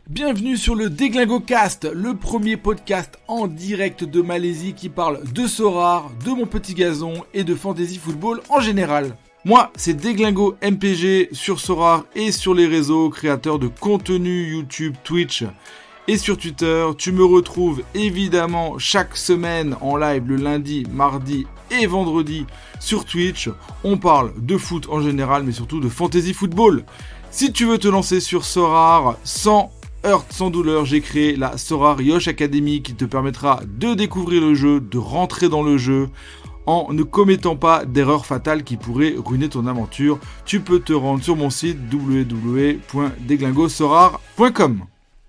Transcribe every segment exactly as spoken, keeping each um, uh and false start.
Bienvenue sur le Déglingo Cast, le premier podcast en direct de Malaisie qui parle de Sorare, de mon petit gazon et de fantasy football en général. Moi, c'est Déglingo M P G sur Sorare et sur les réseaux, créateur de contenu YouTube, Twitch et sur Twitter. Tu me retrouves évidemment chaque semaine en live le lundi, mardi et vendredi sur Twitch. On parle de foot en général, mais surtout de fantasy football. Si tu veux te lancer sur Sorare sans heurte, sans douleur, j'ai créé la Sorare Yosh Academy qui te permettra de découvrir le jeu, de rentrer dans le jeu en ne commettant pas d'erreurs fatales qui pourraient ruiner ton aventure. Tu peux te rendre sur mon site w w w point deglingo sorare point com.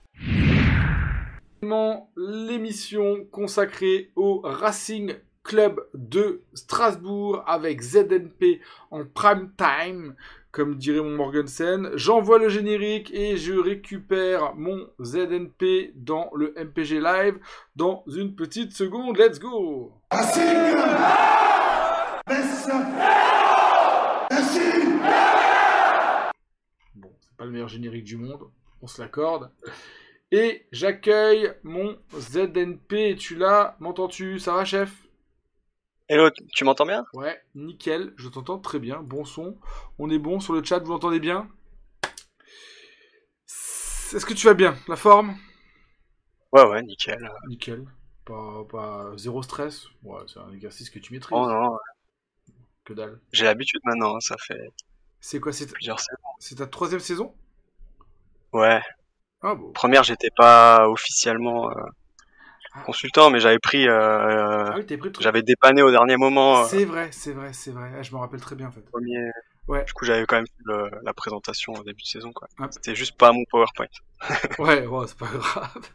L'émission consacrée au Racing Club de Strasbourg avec Z N P en prime time, comme dirait mon Morgensen. J'envoie le générique et je récupère mon Z N P dans le M P G Live dans une petite seconde. Let's go! Racing! Metz! Racing! Bon, c'est pas le meilleur générique du monde, on se l'accorde. Et j'accueille mon Z N P. Es-tu là? M'entends-tu? Ça va, chef? Hello, tu m'entends bien? Ouais, nickel, je t'entends très bien, bon son. On est bon sur le chat, vous l'entendez bien? Est-ce que tu vas bien? La forme? Ouais, ouais, nickel. Nickel. Pas, pas zéro stress? Ouais, c'est un exercice que tu maîtrises. Oh non, Que dalle. j'ai l'habitude maintenant, ça fait C'est quoi? C'est, plusieurs saisons. c'est ta troisième saison? Ouais, Ah bon. première, j'étais pas officiellement euh, Ah. consultant, mais j'avais pris, euh, Ah oui, t'es pris le truc. j'avais dépanné au dernier moment. euh, C'est vrai, c'est vrai, c'est vrai. Ah, je me rappelle très bien en fait. premier. Ouais, Du coup, j'avais quand même fait le- la présentation au début de saison, quoi. Ah. C'était juste pas mon PowerPoint. ouais, ouais, c'est pas grave.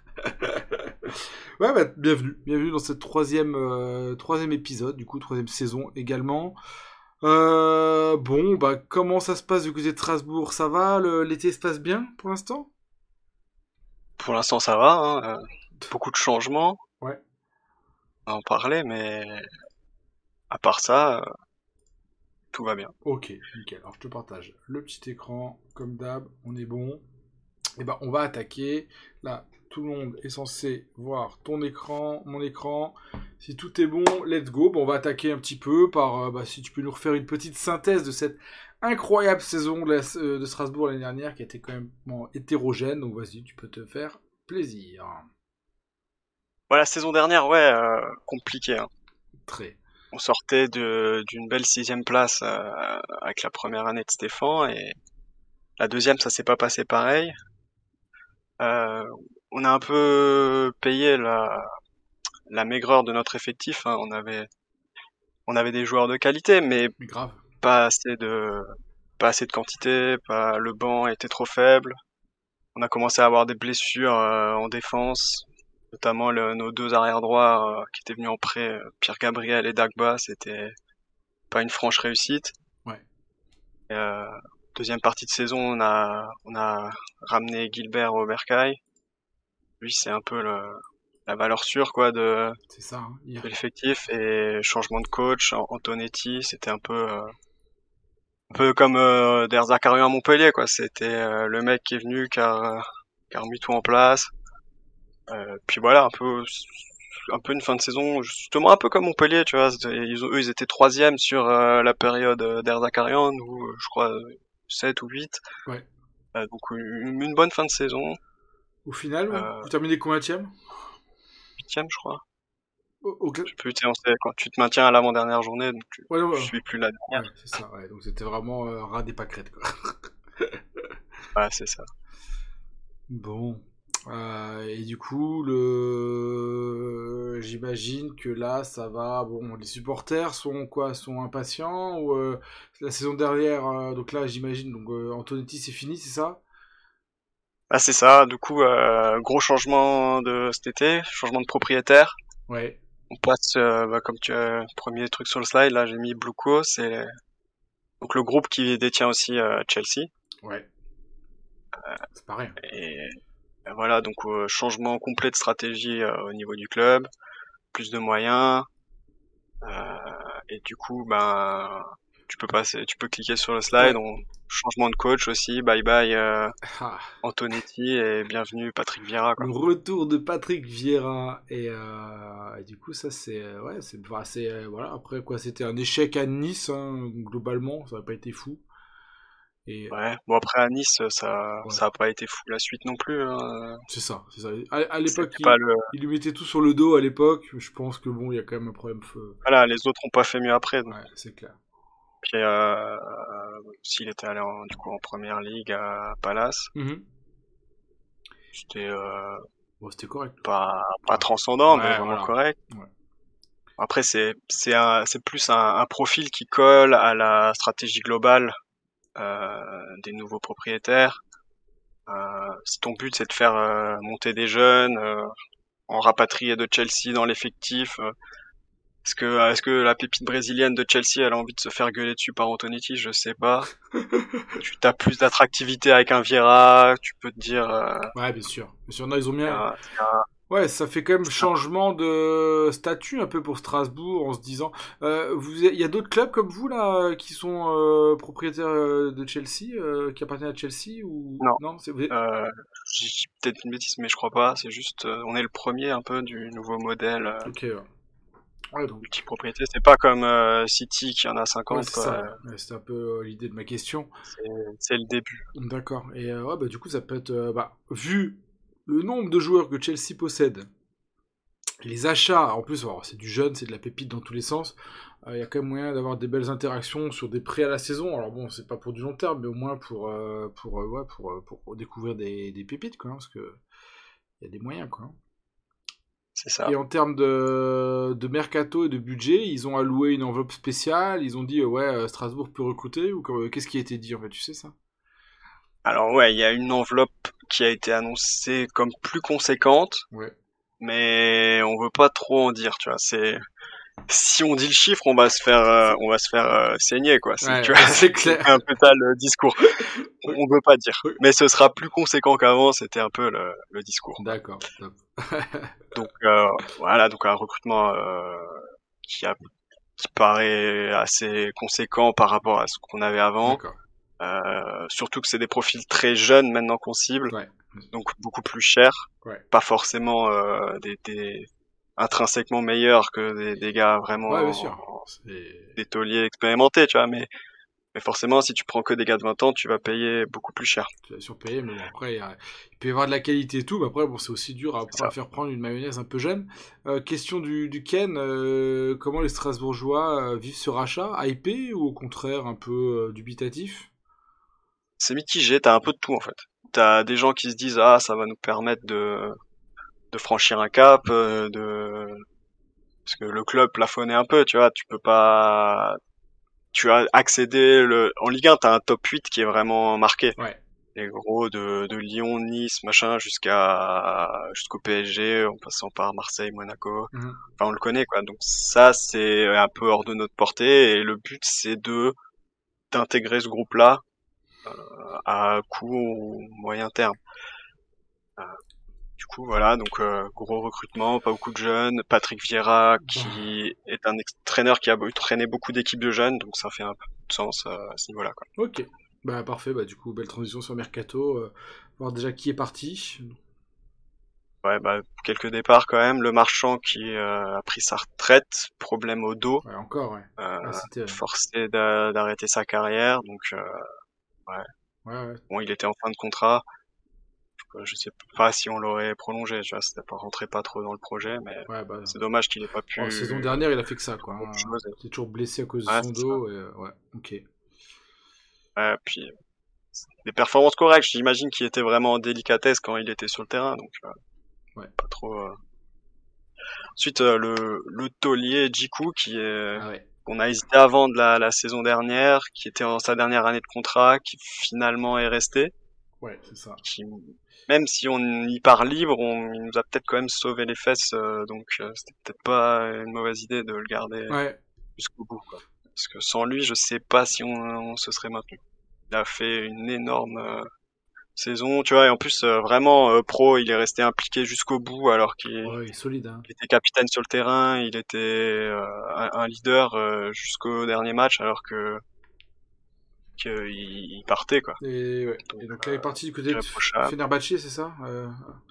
ouais, bah, bienvenue, bienvenue dans ce troisième, euh, troisième épisode, du coup, troisième saison également. Euh, bon, bah, comment ça se passe du côté de Strasbourg? Ça va? Le- l'été se passe bien pour l'instant? Pour l'instant, ça va, hein, euh, beaucoup de changements. Ouais. On va en parler, mais à part ça, euh, tout va bien. Ok, nickel. Alors, je te partage le petit écran, comme d'hab, on est bon. Et ben, on va attaquer. Là, tout le monde est censé voir ton écran, mon écran. Si tout est bon, let's go. Bon, on va attaquer un petit peu par, euh, bah, si tu peux nous refaire une petite synthèse de cette incroyable saison de, la- euh, de Strasbourg l'année dernière qui a été quand même bon, hétérogène. Donc, vas-y, tu peux te faire plaisir. Voilà, saison dernière, ouais, euh, compliqué, hein. Très. On sortait de d'une belle sixième place euh, avec la première année de Stéphane et la deuxième ça s'est pas passé pareil. Euh, on a un peu payé la la maigreur de notre effectif, hein. On avait on avait des joueurs de qualité mais Mais grave. pas assez de pas assez de quantité, pas le banc était trop faible. On a commencé à avoir des blessures euh, en défense, notamment le- nos deux arrières droits euh, qui étaient venus en prêt, euh, Pierre Gabriel et Dagba, c'était pas une franche réussite. Ouais. Euh, deuxième partie de saison, on a, on a ramené Gilbert au Bercail. Lui, c'est un peu le, la valeur sûre, quoi, de, C'est ça, hein. Hier. de l'effectif. Et changement de coach, An- Antonetti, c'était un peu, euh, un peu comme euh, Der Zakarian à Montpellier, quoi. C'était euh, le mec qui est venu, qui a, qui a remis tout en place. Euh, puis voilà, un peu, un peu une fin de saison, justement un peu comme Montpellier, tu vois. C'était- Ils, ont- eux, ils étaient troisième sur euh, la période euh, Der Zakarian, ou euh, je crois sept ou huit. Ouais. Euh, donc une, une bonne fin de saison, Au final, euh, vous terminez combienième? huitième je crois. Au- au cla- Je sais plus, tu sais, on sait, quand tu te maintiens à l'avant-dernière journée, donc tu, Ouais, non, tu ouais. suis plus la Ouais, dernière. c'est ça, ouais. Donc c'était vraiment euh, ras des pâquerettes, quoi. Ouais, c'est ça. Bon. Euh, et du coup, le... j'imagine que là, ça va. Bon, les supporters sont quoi? Sont impatients ou euh, la saison dernière, euh, donc là, j'imagine. Donc euh, Antonetti, c'est fini, c'est ça? Ah, c'est ça, du coup, euh, gros changement de cet été, changement de propriétaire. Ouais. On passe, euh, bah, comme tu as, premier truc sur le slide, là j'ai mis Blueco, c'est donc le groupe qui détient aussi euh, Chelsea. Ouais. C'est pas rien. Et et voilà, donc euh, changement complet de stratégie euh, au niveau du club, plus de moyens, euh, et du coup, ben, tu peux passer, tu peux cliquer sur le slide. On, changement de coach aussi. Bye bye euh, Ah, Antonetti et bienvenue Patrick Vieira, quoi. le retour de Patrick Vieira et, euh, et du coup ça c'est euh, ouais c'est enfin, c'est euh, voilà après quoi c'était un échec à Nice hein, globalement ça n'a pas été fou et Ouais. Bon après à Nice, ça, ouais, ça a pas été fou la suite non plus. Hein. c'est ça c'est ça à, à l'époque C'était il, pas le, il lui mettait tout sur le dos à l'époque je pense que bon il y a quand même un problème feu. voilà, les autres ont pas fait mieux après. Donc. Ouais c'est clair. Puis euh, s'il était allé en, du coup en première ligue à Palace, Mm-hmm. c'était euh, Bon c'était correct. pas pas transcendant, Ouais, mais vraiment voilà. correct. Ouais. Après c'est c'est un c'est plus un, un profil qui colle à la stratégie globale euh, des nouveaux propriétaires. Euh, si ton but c'est de faire euh, monter des jeunes, euh, en rapatrier de Chelsea dans l'effectif, euh, est-ce que est-ce que la pépite brésilienne de Chelsea elle a envie de se faire gueuler dessus par Antonetti, je sais pas. Tu t'as plus d'attractivité avec un Vieira, tu peux te dire euh, Ouais bien sûr bien sûr non ils ont c'est bien un- c'est un- ouais, ça fait quand même c'est un- changement de statut un peu pour Strasbourg en se disant. Euh, vous, il y a d'autres clubs comme vous là qui sont euh, propriétaires euh, de Chelsea, euh, qui appartiennent à Chelsea ou non. non c'est vous- Euh, j'ai peut-être une bêtise, mais je crois pas. C'est juste, euh, on est le premier un peu du nouveau modèle euh, Ok. Ouais, ouais, donc multipropriété. C'est pas comme euh, City qui en a ouais cinquante, c'est quoi. ça. Ouais, c'était un peu euh, l'idée de ma question. C'est, c'est le début. D'accord. Et euh, ouais bah du coup ça peut être euh, bah vu le nombre de joueurs que Chelsea possède, les achats en plus alors, c'est du jeune, c'est de la pépite dans tous les sens. Il y a quand même moyen d'avoir des belles interactions sur des prêts à la saison. Alors bon, c'est pas pour du long terme, mais au moins pour euh, pour euh, ouais, pour, euh, pour découvrir des, des pépites quoi, hein, parce que il y a des moyens quoi. C'est ça. Et en termes de, de mercato et de budget, ils ont alloué une enveloppe spéciale. Ils ont dit euh, ouais euh, Strasbourg peut recruter ou comme- qu'est-ce qui a été dit en fait, tu sais ça? Alors ouais, il y a une enveloppe qui a été annoncée comme plus conséquente, Ouais. mais on veut pas trop en dire, tu vois. C'est si on dit le chiffre, on va se faire, euh, on va se faire euh, saigner, quoi. C'est, Ouais, tu vois, c'est c'est clair. un peu ça le discours. On veut pas dire, Oui. mais ce sera plus conséquent qu'avant. C'était un peu le, le discours. D'accord. Top. Donc euh, voilà, donc un recrutement euh, qui a qui paraît assez conséquent par rapport à ce qu'on avait avant. D'accord. Euh, surtout que c'est des profils très jeunes maintenant qu'on cible, Ouais. donc beaucoup plus chers. Ouais. Pas forcément euh, des, des intrinsèquement meilleurs que des, des gars vraiment Ouais, bien sûr. C'est des tauliers expérimentés, tu vois. Mais mais forcément, si tu prends que des gars de vingt ans, tu vas payer beaucoup plus cher. tu vas surpayer, mais bon, après, il, y a- il peut y avoir de la qualité et tout, mais après, bon, c'est aussi dur à, C'est ça. à faire prendre une mayonnaise un peu jeune. Euh, question du, du Ken, euh, comment les Strasbourgeois euh, vivent ce rachat? Hypé ou au contraire un peu euh, dubitatif? C'est mitigé, t'as un peu de tout en fait. T'as des gens qui se disent ah ça va nous permettre de de franchir un cap, euh, de parce que le club plafonnait un peu, tu vois, tu peux pas tu as accédé le en Ligue un, t'as un top huit qui est vraiment marqué. Ouais. Les gros de de Lyon, Nice, machin jusqu'à jusqu'au P S G en passant par Marseille, Monaco. Mhm. Enfin on le connaît quoi. Donc ça c'est un peu hors de notre portée et le but c'est de d'intégrer ce groupe-là à court ou moyen terme. Euh, Du coup, voilà, donc euh, gros recrutement, pas beaucoup de jeunes. Patrick Vieira, qui est un entraîneur qui a traîné beaucoup d'équipes de jeunes, donc ça fait un peu de sens euh, à ce niveau-là, quoi. Ok. Bah parfait, bah du coup, belle transition sur Mercato. Euh, voir déjà qui est parti. Ouais, bah quelques départs quand même. Le Marchand qui euh, a pris sa retraite, problème au dos, Ouais, encore, ouais. euh, Ah, c'était... forcé d'a- d'arrêter sa carrière, donc euh, ouais. Ouais, ouais. Bon, il était en fin de contrat. Euh, Je sais pas si on l'aurait prolongé, tu vois, c'était pas rentré pas trop dans le projet, mais Ouais, bah... c'est dommage qu'il ait pas pu bon, saison dernière, il a fait que ça, quoi. autre Hein. chose. Il est toujours blessé à cause de Ouais, son c'est ça. dos. Et, euh, ouais, ok. Ouais, puis des performances correctes, j'imagine qu'il était vraiment en délicatesse quand il était sur le terrain, donc euh, Ouais. pas trop. euh. Ensuite, euh, le le taulier Djikou qui est Ah ouais. qu'on a hésité à vendre la, la saison dernière, qui était en sa dernière année de contrat, qui finalement est resté, Ouais, c'est ça. qui même si on y part libre, on, il nous a peut-être quand même sauvé les fesses, euh, donc euh, c'était peut-être pas une mauvaise idée de le garder Ouais. jusqu'au bout, quoi. Parce que sans lui, je sais pas si on, on se serait maintenu. Il a fait une énorme euh, saison, tu vois, et en plus euh, vraiment euh, pro, il est resté impliqué jusqu'au bout alors qu'il Ouais, il est solide, hein. il était capitaine sur le terrain, il était euh, un, un leader euh, jusqu'au dernier match alors que qu'il il partait, quoi. Et, ouais. Donc, Et donc là, il est parti du côté de irréprochable. Fenerbahçe, c'est ça euh,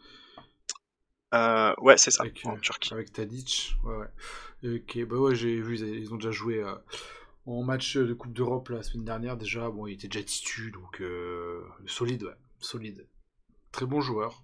Euh, ouais, c'est ça, avec, en euh, Turquie. avec Tadic. Ouais, ouais. Ok, bah ouais, j'ai vu, ils, ils ont déjà joué euh, en match de Coupe d'Europe la semaine dernière déjà. Bon, il était déjà titu, donc euh, solide, ouais, solide. Très bon joueur.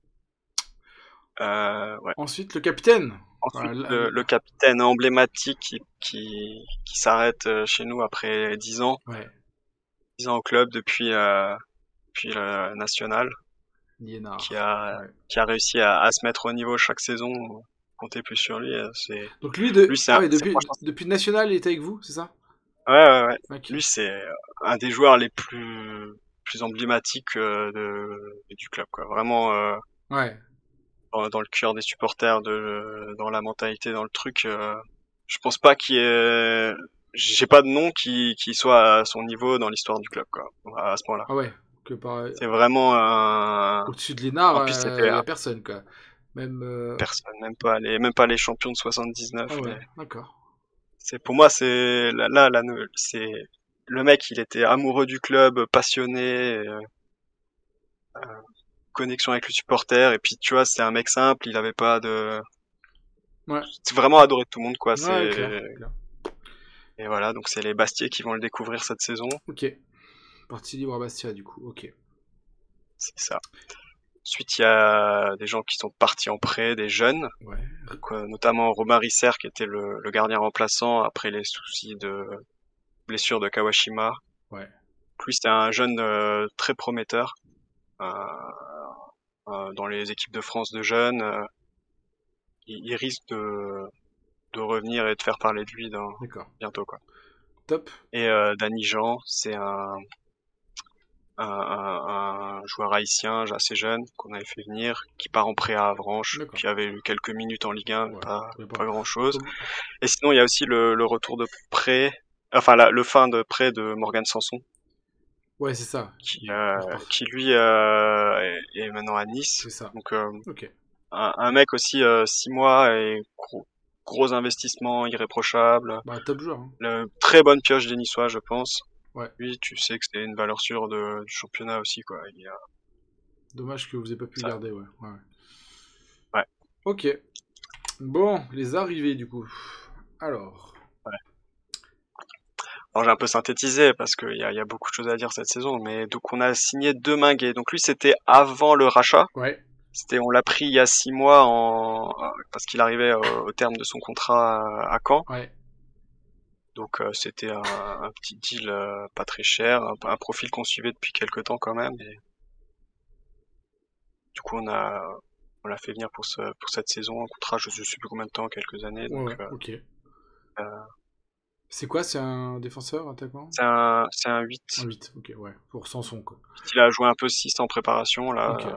Euh, ouais. Ensuite, le capitaine. Ensuite, Voilà, le, le capitaine emblématique qui, qui, qui s'arrête chez nous après dix ans. Ouais. dix ans au club depuis, euh, depuis le national. Liénard. Qui a, Ouais. qui a réussi à, à se mettre au niveau chaque saison. Comptez plus sur lui. C'est... Donc lui, de... lui c'est ah un, ouais, c'est depuis, franchement... depuis le national, il était avec vous, c'est ça? Ouais, ouais, ouais. Okay. Lui, c'est un des joueurs les plus, plus emblématiques euh, de, du club, quoi. Vraiment, euh, ouais. dans, dans le cœur des supporters, de, dans la mentalité, dans le truc. Euh, je pense pas qu'il y ait, j'ai pas de nom qui, qui soit à son niveau dans l'histoire du club, quoi. À ce point-là. Ah ouais. Que par... C'est vraiment un. Au-dessus de Liénard, En il plus, c'était euh, y a un... personne, quoi. Même. Euh... Personne, même pas les, même pas les champions de soixante-dix-neuf. Ah ouais. Les... D'accord. C'est pour moi, c'est là, là, là c'est le mec. Il était amoureux du club, passionné. Euh... Euh... connexion avec le supporter, et puis tu vois, c'est un mec simple, il avait pas de. Ouais. C'est vraiment adoré de tout le monde, quoi. Ouais, c'est... clair, clair. Et voilà, donc c'est les Bastiers qui vont le découvrir cette saison. Ok. Partie libre à Bastia, du coup, ok. C'est ça. Ensuite, il y a des gens qui sont partis en prêt, des jeunes. Ouais. Donc, euh, notamment Romain Risser, qui était le, le gardien remplaçant après les soucis de blessure de Kawashima. Ouais. Lui, c'était un jeune euh, très prometteur. Euh, euh, dans les équipes de France de jeunes. Euh, il, il risque de, de revenir et de faire parler de lui dans, bientôt, quoi. Top. Et euh, Danny Jean, c'est un, un, un, un joueur haïtien assez jeune qu'on avait fait venir, qui part en prêt à Avranches, qui avait eu quelques minutes en Ligue un, ouais, pas, pas, pas grand chose. Et sinon, il y a aussi le, le retour de prêt, enfin la, le fin de prêt de Morgan Sanson. Ouais, c'est ça. Qui, euh, qui lui euh, est, est maintenant à Nice. C'est ça. Donc euh, okay. un, un mec aussi euh, six mois et gros, gros investissement irréprochable. Bah, top joueur. Hein. Le, très bonne pioche des Niçois, je pense. Ouais. Lui, tu sais que c'est une valeur sûre de, du championnat aussi, quoi. Il a... Dommage que vous ayez pas pu ça. le garder, ouais. ouais. Ouais. Ok. Bon, les arrivées, du coup. Alors. Ouais. Alors, j'ai un peu synthétisé parce qu'il y a, y a beaucoup de choses à dire cette saison, mais donc on a signé Deminguet. Donc lui, c'était avant le rachat. Ouais. C'était, on l'a pris il y a six mois en parce qu'il arrivait au, au terme de son contrat à, à Caen. Ouais. Donc euh, c'était un, un petit deal euh, pas très cher, un, un profil qu'on suivait depuis quelques temps quand même. Et... Du coup, on a on l'a fait venir pour ce pour cette saison, un contrat, je, je sais plus combien de temps, quelques années. Donc, ouais, ouais. Euh, ok. Euh, c'est quoi, c'est un défenseur, attaquant? C'est un, c'est un huit. Un huit, ok, ouais, pour Sanson, quoi. Il a joué un peu six en préparation, là. Okay.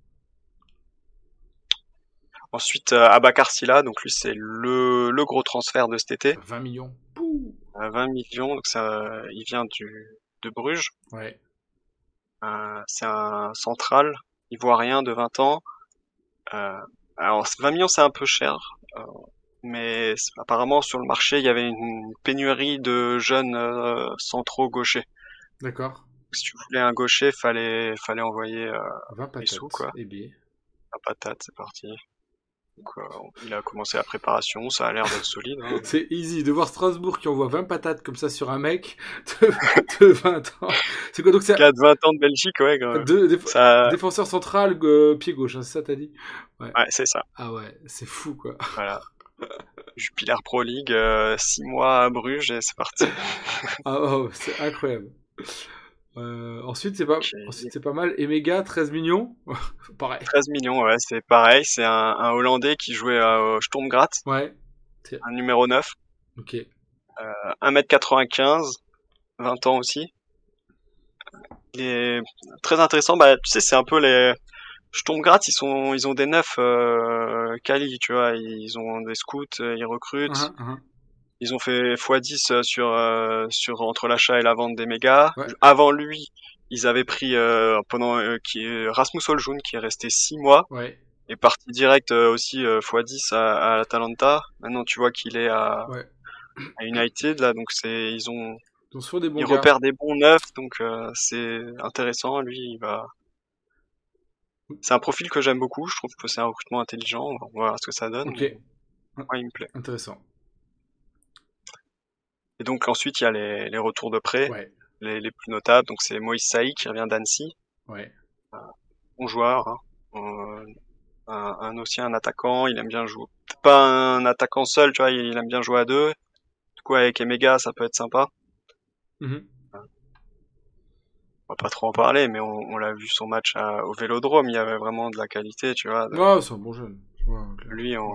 Ensuite, euh, Abakar Silla, donc lui, c'est le, le gros transfert de cet été. vingt millions. Pouh. Euh, vingt millions, donc ça, il vient du, de Bruges. Ouais. Euh, c'est un central ivoirien de vingt ans. Euh, alors, vingt millions, c'est un peu cher. Euh, mais apparemment sur le marché il y avait une pénurie de jeunes euh, centraux gauchers. D'accord. Si tu voulais un gaucher, fallait fallait envoyer euh, vingt patates, les sous, quoi. Et bien. vingt patates, c'est parti. Donc euh, il a commencé la préparation, ça a l'air d'être solide. Hein. C'est easy de voir Strasbourg qui envoie vingt patates comme ça sur un mec de, de vingt ans. C'est quoi donc ça? quatre vingt ans de Belgique, ouais. De, déf... ça... Défenseur central, euh, pied gauche, hein, c'est ça t'as dit? Ouais, ouais c'est ça. Ah ouais, c'est fou quoi. Voilà. Jupiler Pro League, euh, six mois à Bruges et c'est parti. Ah oh, c'est incroyable. Euh, ensuite c'est pas okay. Ensuite c'est pas mal. Emega, treize millions. Pareil. treize millions, ouais, c'est pareil. C'est un, un Hollandais qui jouait au Sturm Graz. Ouais. Un numéro neuf. Ok. Euh, un mètre quatre-vingt-quinze, vingt ans aussi. Il est très intéressant. Bah, tu sais, c'est un peu les Sturm Graz, ils sont, ils ont des neufs euh, quali, tu vois. Ils ont des scouts, ils recrutent. Uh-huh, uh-huh. Ils ont fait fois dix sur euh, sur entre l'achat et la vente des mégas. Ouais. Avant lui, ils avaient pris euh, pendant euh, qui Rasmus Højlund qui est resté six mois. Ouais. Et parti direct euh, aussi euh, fois dix à, à l'Atalanta. Maintenant, tu vois qu'il est à, ouais. à United là, donc c'est ils ont Ils ont souvent des bons il gars. repère des bons neufs, donc euh, c'est intéressant. Lui, il va. C'est un profil que j'aime beaucoup. Je trouve que c'est un recrutement intelligent. On va voir ce que ça donne. Ok. Mais... Ouais, il me plaît. Intéressant. Et donc ensuite, il y a les, les retours de prêt, Ouais. les, les plus notables. Donc c'est Moïse Saï qui revient d'Annecy. Ouais. Bon joueur. Hein. Euh, un, un aussi un attaquant. Il aime bien jouer. Peut-être pas un attaquant seul, tu vois. Il aime bien jouer à deux. Du coup, avec Emega, ça peut être sympa. Mm-hmm. On va pas trop en parler, mais on, on l'a vu son match à, au Vélodrome. Il y avait vraiment de la qualité, tu vois. De... Ah, c'est un bon jeune. Ouais, okay. Lui, on... ouais.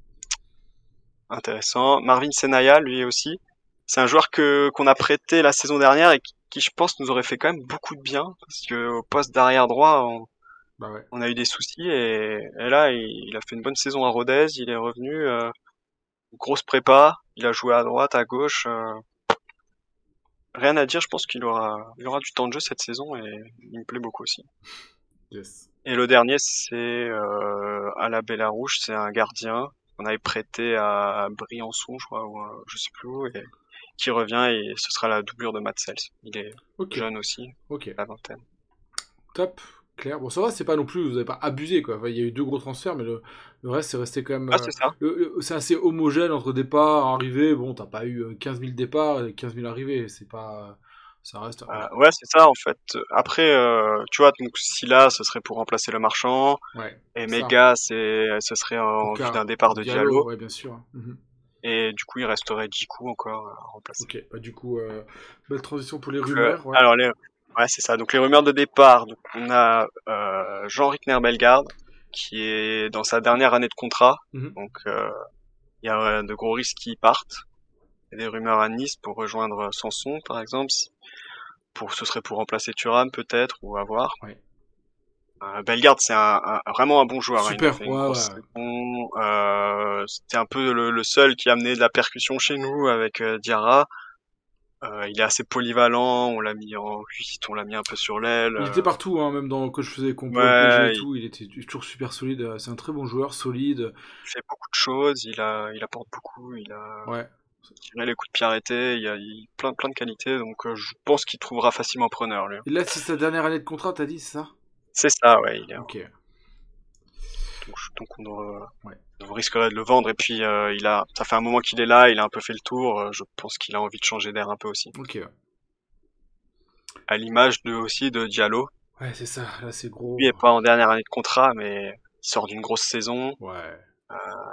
intéressant. Marvin Senaya, lui aussi. C'est un joueur que qu'on a prêté la saison dernière et qui, qui, je pense, nous aurait fait quand même beaucoup de bien. Parce que au poste d'arrière droit, on, bah ouais. on a eu des soucis. Et, et là, il, il a fait une bonne saison à Rodez. Il est revenu. Euh, grosse prépa. Il a joué à droite, à gauche. Euh, rien à dire. Je pense qu'il aura, il aura du temps de jeu cette saison et il me plaît beaucoup aussi. Yes. Et le dernier, c'est euh, à la Bellarouche. C'est un gardien qu'on avait prêté à Briançon, je crois, ou à, je sais plus où. Et qui revient et ce sera la doublure de Matt Sells. Il est okay. jeune aussi, ok, la vingtaine. Top, clair. Bon, ça va, c'est pas non plus, vous avez pas abusé, quoi. Enfin, il y a eu deux gros transferts, mais le, le reste, c'est resté quand même... Ah, c'est ça. Euh, le, le, c'est assez homogène entre départ, arrivée. Bon, t'as pas eu quinze mille départs et quinze mille arrivées, c'est pas... Ça reste... Euh, ouais, c'est ça, en fait. Après, euh, tu vois, donc, si là, ce serait pour remplacer le marchand. Ouais, et Mega, c'est, ce serait en vue d'un départ de Diallo. Diallo. Ouais, bien sûr. Mm-hmm. Et du coup, il resterait Djikou encore à remplacer. Ok, bah du coup, euh, belle transition pour les rumeurs. Euh, ouais. Alors, les... ouais, c'est ça. Donc, les rumeurs de départ. Donc, on a euh, Jean Rickner Bellegarde, qui est dans sa dernière année de contrat. Mm-hmm. Donc, il euh, y a de gros risques qu'il parte. Il y a des rumeurs à Nice pour rejoindre Sanson, par exemple. Pour, ce serait pour remplacer Thuram, peut-être, ou à voir. Ouais. Euh, Bellegarde, c'est un, un, vraiment un bon joueur. Super, hein. Il a fait ouais, une grosse ouais. saison. Euh, c'était un peu le, le seul qui a amené de la percussion chez nous avec euh, Diarra. Euh, il est assez polyvalent, on l'a mis en huit, on l'a mis un peu sur l'aile. Il était partout, hein, même dans, quand je faisais compos ouais, P G et il... tout, il était toujours super solide. C'est un très bon joueur, solide. Il fait beaucoup de choses, il a, il apporte beaucoup, il a ouais. tiré les coups de pied arrêtés, il a, il a plein, plein de qualités, donc euh, je pense qu'il trouvera facilement preneur, lui. Et là, c'est sa dernière année de contrat, t'as dit, c'est ça? C'est ça, ouais, il est. Ok. Donc, donc on doit... ouais. on risquerait de le vendre et puis euh, il a ça fait un moment qu'il est là, il a un peu fait le tour, euh, je pense qu'il a envie de changer d'air un peu aussi. Ok. À l'image de aussi de Diallo. Ouais, c'est ça, là c'est gros. Lui est pas en dernière année de contrat mais il sort d'une grosse saison. Ouais. Euh,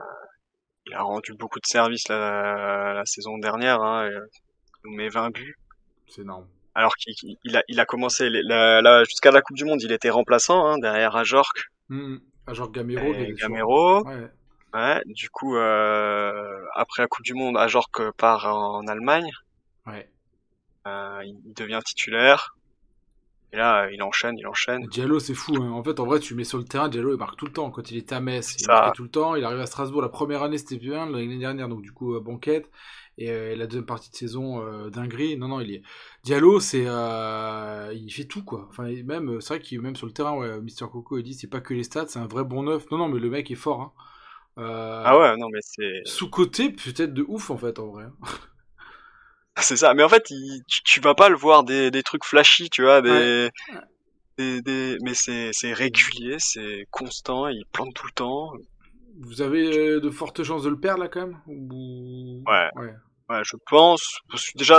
il a rendu beaucoup de services la, la saison dernière hein, il nous met vingt buts. C'est énorme. Alors qu'il il a il a commencé la, la, jusqu'à la Coupe du monde, il était remplaçant hein, derrière Ajorc. Mmh. Ajorc Gamero, et Gamero. Sur... ouais. Ouais, du coup, euh, après la Coupe du Monde, Ajorc part en Allemagne. Ouais. Euh, il devient titulaire. Et là, il enchaîne, il enchaîne. Diallo, c'est fou. Hein. En fait, en vrai, tu mets sur le terrain, Diallo, il marque tout le temps. Quand il était à Metz, il ça. marquait tout le temps. Il arrive à Strasbourg. La première année, c'était bien. L'année dernière, donc du coup, euh, banquette. Et euh, la deuxième partie de saison, euh, dinguerie. Non, non, il est... Diallo, c'est... Euh... il fait tout, quoi. Enfin, même, c'est vrai qu'il même sur le terrain, ouais, Mister Coco, il dit, c'est pas que les stats, c'est un vrai bon neuf. Non, non, mais le mec est fort, hein. Euh, ah ouais, non mais c'est... Sous-côté peut-être de ouf en fait en vrai. C'est ça, mais en fait il, tu, tu vas pas le voir des, des trucs flashy, tu vois, des, ouais. des, des mais c'est, c'est régulier, c'est constant, il plante tout le temps. Vous avez de fortes chances de le perdre là quand même ou... ouais. ouais, ouais, je pense. Déjà,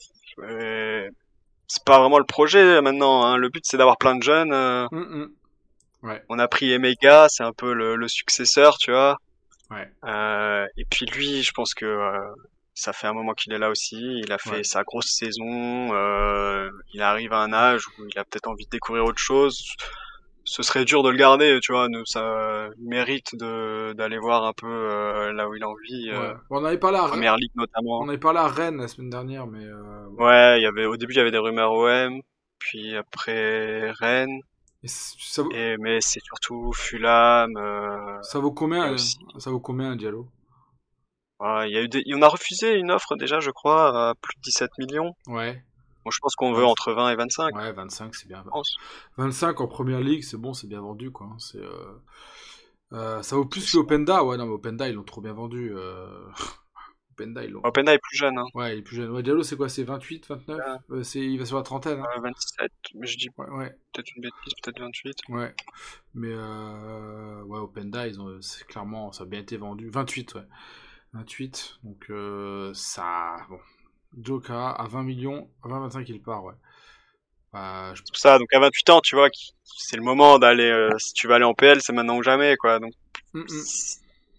c'est, c'est pas vraiment le projet maintenant. Hein. Le but c'est d'avoir plein de jeunes. Euh... Mm-hmm. Ouais. On a pris Emega, c'est un peu le, le successeur, tu vois. Ouais. Euh, et puis lui, je pense que euh, ça fait un moment qu'il est là aussi. Il a fait ouais. sa grosse saison. Euh, il arrive à un âge où il a peut-être envie de découvrir autre chose. Ce serait dur de le garder, tu vois. Nous, ça il mérite de d'aller voir un peu euh, là où il a envie. Ouais. Euh, bon, on avait parlé à Première Ligue notamment. On avait parlé à Rennes la semaine dernière, mais. Euh... Ouais, il y avait au début il y avait des rumeurs O M, puis après Rennes. Et ça vaut... Et, mais c'est surtout Fulham. Euh, ça vaut combien aussi... Ça vaut combien un Diallo? Ouais, il y a eu des... On a refusé une offre déjà, je crois, à plus de dix-sept millions. Ouais. Bon, je pense qu'on veut entre vingt et vingt-cinq. Ouais, vingt-cinq c'est bien. vingt-cinq en première ligue, c'est bon, c'est bien vendu, quoi. C'est, euh... Euh, ça vaut plus que Openda. Ouais, non, mais Openda, ils l'ont trop bien vendu. Euh... Openda, ils l'ont. Openda est plus jeune, hein. Ouais, il est plus jeune. Ouais, Diallo, c'est quoi? C'est vingt-huit, vingt-neuf Ouais. euh, c'est... Il va sur la trentaine. Hein. Euh, vingt-sept, mais je dis Ouais, ouais. peut-être une bêtise, peut-être vingt-huit. Ouais. Mais euh... ouais, Openda, ils ont... c'est clairement, ça a bien été vendu. vingt-huit, ouais. vingt-huit. Donc, euh, ça. Bon. Joka à vingt millions, à vingt vingt-cinq, il part, ouais. Bah, je... C'est pour ça, donc à vingt-huit ans, tu vois, c'est le moment d'aller, euh, si tu veux aller en P L, c'est maintenant ou jamais, quoi. Donc, mm-hmm.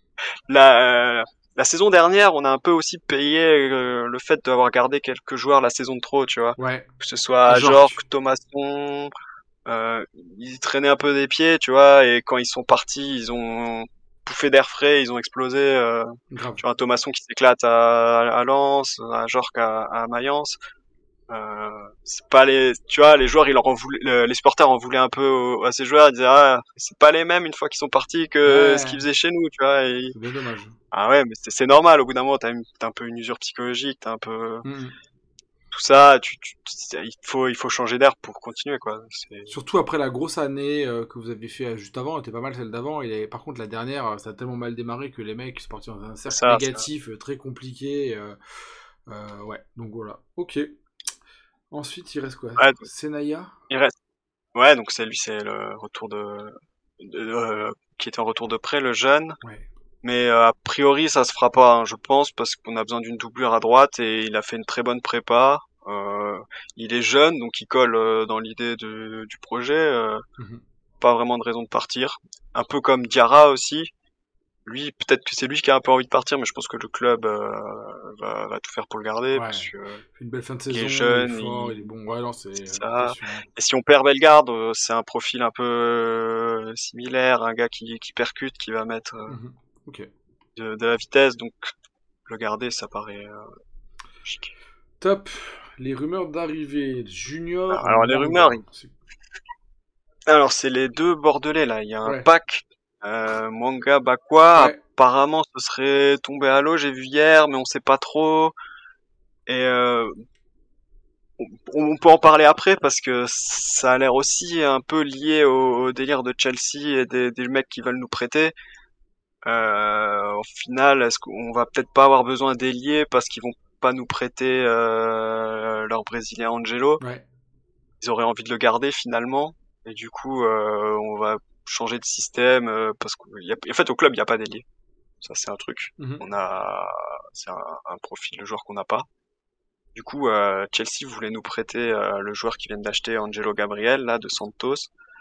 la, euh, la saison dernière, on a un peu aussi payé euh, le fait d'avoir gardé quelques joueurs la saison de trop, tu vois. Ouais. Que ce soit Jorg, Thomasson, euh, ils traînaient un peu des pieds, tu vois, et quand ils sont partis, ils ont bouffé d'air frais, ils ont explosé. Euh, tu vois, un Thomasson qui s'éclate à, à Lens, un Jorg à, à Mayence. Euh, c'est pas les, tu vois, les joueurs, ils leur en voulaient, les supporters en voulaient un peu aux, à ces joueurs. Ils disaient, ah, c'est pas les mêmes une fois qu'ils sont partis que ouais. ce qu'ils faisaient chez nous, tu vois. Et... c'est bien dommage. Ah ouais, mais c'est, c'est normal. Au bout d'un moment, t'as, une, t'as un peu une usure psychologique, t'as un peu mm-hmm. tout ça. Tu, tu, il faut, il faut changer d'air pour continuer, quoi. C'est... Surtout après la grosse année euh, que vous avez fait juste avant, elle était pas mal celle d'avant. Et les... par contre, la dernière, ça a tellement mal démarré que les mecs sont partis dans un cercle ça, négatif, ça. Très compliqué. Euh, euh, ouais, donc voilà. Ok. Ensuite, il reste quoi? Ouais, Senaya. Il reste. Ouais, donc c'est lui, c'est le retour de, de, de euh, qui est en retour de prêt, le jeune. Ouais. Mais euh, a priori, ça se fera pas, hein, je pense, parce qu'on a besoin d'une doublure à droite et il a fait une très bonne prépa. Euh, il est jeune, donc il colle euh, dans l'idée de, du projet. Euh, mm-hmm. Pas vraiment de raison de partir. Un peu comme Diarra aussi. Lui, peut-être que c'est lui qui a un peu envie de partir, mais je pense que le club euh, va, va tout faire pour le garder. Ouais. Parce que, une belle fin de saison, il est jeune, il est fort, il... il est bon. Ouais, non, c'est, c'est ça. Et si on perd Bellegarde, c'est un profil un peu euh, similaire, un gars qui, qui percute, qui va mettre euh, mm-hmm. okay. de, de la vitesse, donc le garder, ça paraît euh, chic. Top. Les rumeurs d'arrivée, Junior. Alors, alors les rumeurs, il... alors c'est les deux Bordelais là. Il y a un ouais. pack. Euh, Manga Bakwa, ouais. Apparemment ce serait tombé à l'eau, j'ai vu hier, mais on sait pas trop. Et euh, on, on peut en parler après parce que ça a l'air aussi un peu lié au, au délire de Chelsea et des, des mecs qui veulent nous prêter. Euh, au final, est-ce qu'on va peut-être pas avoir besoin d'ailier parce qu'ils vont pas nous prêter euh, leur Brésilien Angelo. Ouais. Ils auraient envie de le garder finalement. Et du coup, euh, on va changer de système euh, parce qu'en fait au club il y a pas d'ailier, ça c'est un truc. Mm-hmm. On a c'est un, un profil de joueur qu'on n'a pas. Du coup euh, Chelsea voulait nous prêter euh, le joueur qui vient d'acheter, Angelo Gabriel là de Santos.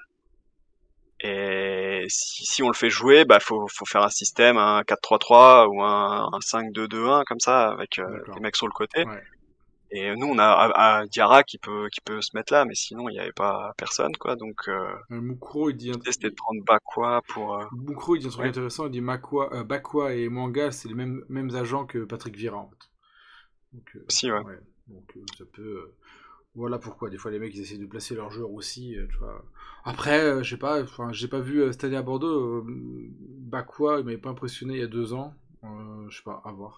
Et si, si on le fait jouer, bah faut faut faire un système, un quatre trois trois ou un, un cinq deux deux un comme ça avec euh, des mecs sur le côté. Ouais. Et nous, on a à, à Diarra qui peut qui peut se mettre là, mais sinon il n'y avait pas personne, quoi. Donc euh, Moukro, il dit un... c'était de prendre Bakwa pour. Euh... Moukro, il dit un truc ouais. intéressant. Il dit Makwa, euh, Bakwa et Manga, c'est les mêmes mêmes agents que Patrick Vieira, en fait. Donc, euh, si ouais. ouais. Donc euh, ça peut. Euh... Voilà pourquoi des fois les mecs ils essaient de placer leurs joueurs aussi. Euh, tu vois. Après, euh, je sais pas. Enfin, j'ai pas vu euh, cette année à Bordeaux. Euh, Bakwa, il m'avait pas impressionné il y a deux ans. Euh, je sais pas, à voir.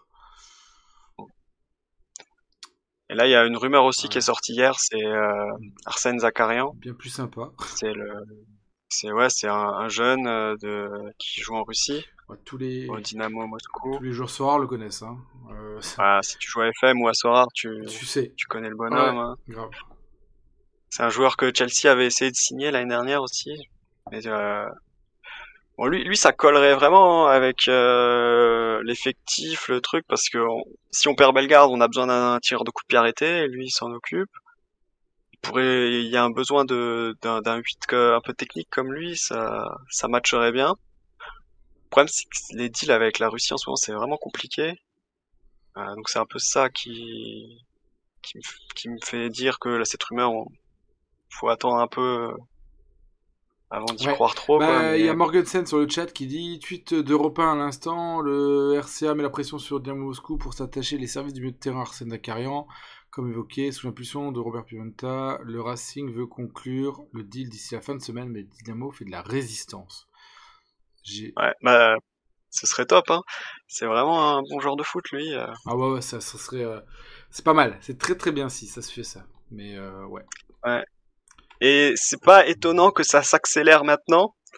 Et là, il y a une rumeur aussi ouais. qui est sortie hier, c'est euh, Arsène Zakarian. Bien plus sympa. C'est le, c'est ouais, c'est un, un jeune de qui joue en Russie. Ouais, tous les au Dynamo Moscou. Tous les joueurs Sorar le connaissent. Hein. Euh, voilà, si tu joues à F M ou à Sorar, tu tu sais, tu connais le bonhomme. Ouais, hein. Grave. C'est un joueur que Chelsea avait essayé de signer l'année dernière aussi, mais euh, bon, lui, lui, ça collerait vraiment avec euh, l'effectif, le truc, parce que on, si on perd Bellegarde, on a besoin d'un tireur de coup de pied arrêté, et lui, il s'en occupe. Il pourrait, il y a un besoin de d'un, d'un huit un peu technique comme lui, ça, ça matcherait bien. Le problème, c'est que les deals avec la Russie en ce moment, c'est vraiment compliqué. Euh, donc c'est un peu ça qui qui me, qui me fait dire que là, cette rumeur, on, faut attendre un peu. Avant d'y ouais. croire trop. Bah, quoi. Mais... Il y a Morgensen sur le chat qui dit tweet d'Europe un à l'instant. Le R C A met la pression sur Dynamo Moscou pour s'attacher les services du milieu de terrain Arsène Zakarian. Comme évoqué, sous l'impulsion de Robert Pimenta, le Racing veut conclure le deal d'ici la fin de semaine, mais Dynamo fait de la résistance. J'ai... Ouais, bah, ce serait top. Hein. C'est vraiment un bon joueur de foot, lui. Euh... Ah ouais, ouais, ça, ça serait. Euh... C'est pas mal. C'est très très bien si ça se fait ça. Mais euh, ouais. Ouais. Et c'est pas étonnant que ça s'accélère maintenant,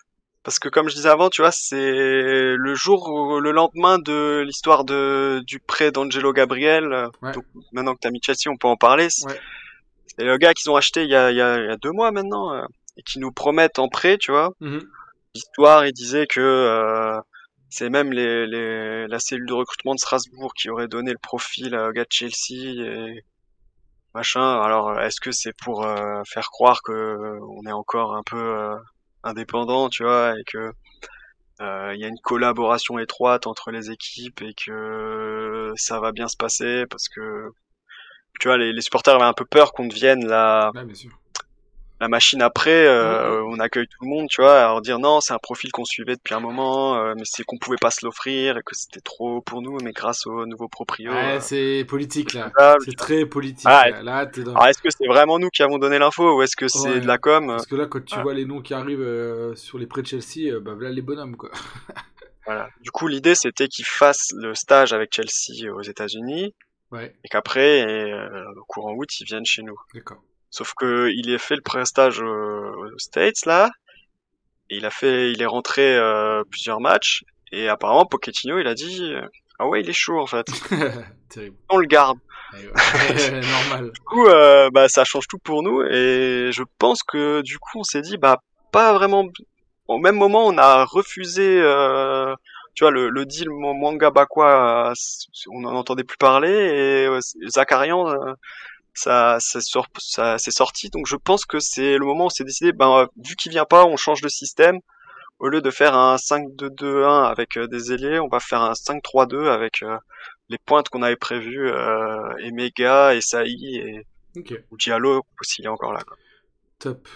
parce que comme je disais avant, tu vois, c'est le jour, où, le lendemain de l'histoire de du prêt d'Angelo Gabriel. Ouais. Donc maintenant que t'as mis Chelsea, on peut en parler. C'est Ouais. le gars qu'ils ont acheté il y a, il y a, il y a deux mois maintenant euh, et qui nous promettent en prêt, tu vois. Mhm. L'histoire, il disait que euh, c'est même les, les, la cellule de recrutement de Strasbourg qui aurait donné le profil à un gars de Chelsea et machin. Alors, est-ce que c'est pour euh, faire croire que euh, on est encore un peu euh, indépendant, tu vois, et que euh, il y a une collaboration étroite entre les équipes et que ça va bien se passer parce que tu vois, les, les supporters avaient un peu peur qu'on devienne la Ouais, bien sûr. la machine après, euh, Mhm. on accueille tout le monde, tu vois, alors dire non, c'est un profil qu'on suivait depuis un moment, euh, mais c'est qu'on pouvait pas se l'offrir et que c'était trop pour nous, mais grâce au nouveau proprio, Ouais, euh, c'est politique c'est là. faisable, C'est tu vois. très politique Ah, là. Là, t'es dans. alors est-ce que c'est vraiment nous qui avons donné l'info ou est-ce que c'est de Ouais. la com? euh, Parce que là, quand tu Voilà. vois les noms qui arrivent euh, sur les prêts de Chelsea, euh, bah voilà les bonhommes quoi. Voilà. Du coup, l'idée c'était qu'il fasse le stage avec Chelsea aux États-Unis Ouais, et qu'après, euh, au courant août, ils viennent chez nous. d'accord. Sauf que il a fait le pré-stage euh, aux States là, et il a fait, il est rentré euh, plusieurs matchs et apparemment Pochettino il a dit euh, ah ouais il est chaud en fait, Terrible. on le garde. Ouais, ouais. Normal. Du coup euh, bah ça change tout pour nous et je pense que du coup on s'est dit bah pas vraiment. Au même moment on a refusé euh, tu vois le, le deal Mwanga Bakwa, on n'en entendait plus parler et euh, Zakarian euh, ça ça sort ça c'est sorti, donc je pense que c'est le moment où on s'est décidé ben vu qu'il vient pas on change de système. Au lieu de faire un cinq deux deux un avec euh, des ailiers, on va faire un cinq trois deux avec euh, les pointes qu'on avait prévues, euh, Emega, Esaï et Ok, ou Diallo s'il est encore là, quoi. top.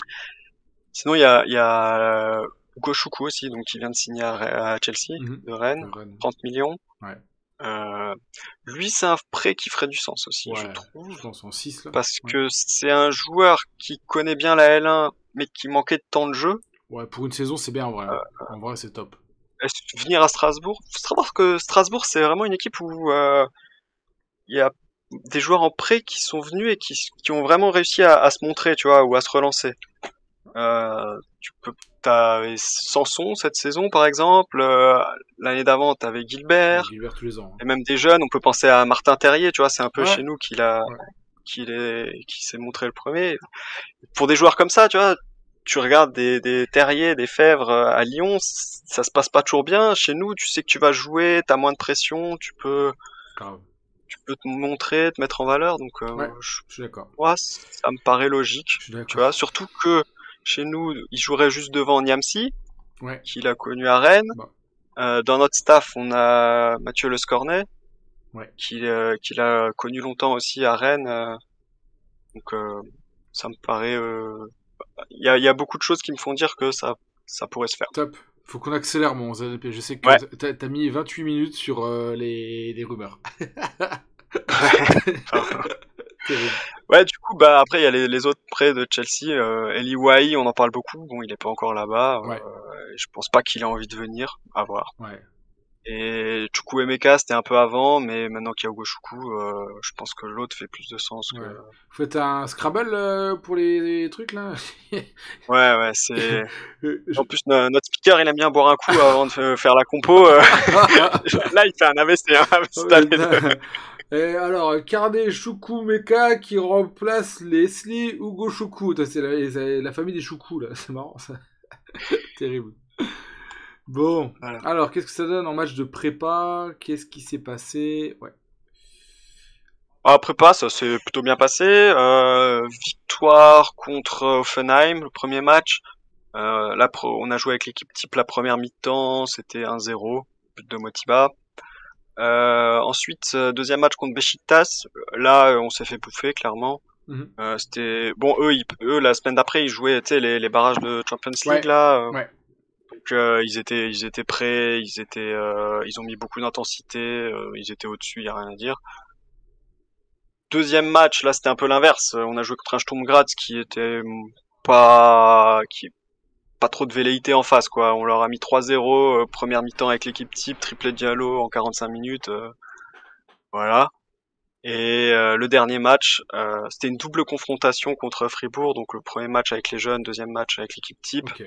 Sinon il y a, il y a euh, Ugo Chukwu aussi, donc qui vient de signer à, à Chelsea Mhm. de Rennes, De Rennes. trente millions. Ouais. Euh, lui c'est un prêt qui ferait du sens aussi, je Ouais, trouve, je pense en six là. parce Ouais. que c'est un joueur qui connaît bien la L un, mais qui manquait de temps de jeu. Ouais, pour une saison, c'est bien en vrai. Hein. En vrai, c'est top. Venir à Strasbourg, faut savoir que Strasbourg c'est vraiment une équipe où euh, il y a des joueurs en prêt qui sont venus et qui, qui ont vraiment réussi à, à se montrer, tu vois, ou à se relancer. Euh, tu peux, t'avais Sanson cette saison, par exemple. Euh, l'année d'avant, t'avais Ouais, Gilbert. Gilbert tous les ans. Et même des jeunes, on peut penser à Martin Terrier, tu vois, c'est un peu Hein. chez Ouais. nous qu'il a, Ouais. qu'il est, qui s'est montré le premier. Pour des joueurs comme ça, tu vois, tu regardes des, des Terrier, des Fèvres euh, à Lyon, c- ça se passe pas toujours bien. Chez nous, tu sais que tu vas jouer, t'as moins de pression, tu peux, Grave. tu peux te montrer, te mettre en valeur. Donc, Ouais, euh, je je suis d'accord. moi, ça me paraît logique, Je suis tu vois. d'accord. Surtout que chez nous, il jouerait juste devant Niamsi, Ouais. qu'il a connu à Rennes. Bah. Euh, dans notre staff, on a Mathieu Le Scornet, Ouais. qui, euh, qu'il a connu longtemps aussi à Rennes. euh, donc, euh, ça me paraît. euh, Il y a, il y a beaucoup de choses qui me font dire que ça, ça pourrait se faire. Top. Faut qu'on accélère mon Z D P. Je sais que Ouais. t'as, t'as mis vingt-huit minutes sur euh, les, les rumeurs. Terrible. Ouais, du coup, bah après il y a les, les autres prêts de Chelsea. Euh, Eli Wahi, on en parle beaucoup. Bon, il est pas encore là-bas. Ouais. Euh, je pense pas qu'il ait envie de venir. À voir. Ouais. Et Chukwuemeka, c'était un peu avant, mais maintenant qu'il y a Ugo Chukwu, euh, je pense que l'autre fait plus de sens que... Ouais. Vous faites un Scrabble euh, pour les, les trucs là. Ouais, ouais, c'est... Euh, je- En plus, no- notre speaker, il aime bien boire un coup avant de fa- faire la compo. euh. Là, il fait un A V C, hein, Oh, cette année. putain. Et alors, Karne Choukou Meka qui remplace Leslie Hugo Choukou. Putain, c'est la, c'est la famille des Choukou là, c'est marrant ça. Terrible. Bon, Voilà. alors qu'est-ce que ça donne en match de prépa? Qu'est-ce qui s'est passé? Ouais. Ah, prépa, ça s'est plutôt bien passé. Euh, victoire contre Offenheim, le premier match. Euh, là, pro- on a joué avec l'équipe type la première mi-temps, c'était un zéro, but de Motiba. Euh, ensuite, euh, deuxième match contre Besiktas. Là, euh, on s'est fait bouffer, clairement. Mhm. Euh, c'était bon, eux, ils, eux, la semaine d'après, ils jouaient, tu sais, les, les barrages de Champions League Ouais. là. euh, Ouais. donc euh, ils étaient, ils étaient prêts, ils étaient, euh, ils ont mis beaucoup d'intensité, euh, ils étaient au-dessus, y a rien à dire. Deuxième match, là, c'était un peu l'inverse. Euh, On a joué contre un Sturm Graz qui était mm, pas, qui pas trop de velléité en face, quoi. On leur a mis trois zéro, euh, première mi-temps avec l'équipe type, triplé de Diallo en quarante-cinq minutes, euh, voilà. Et euh, le dernier match, euh, c'était une double confrontation contre Fribourg, donc le premier match avec les jeunes, deuxième match avec l'équipe type. Ok.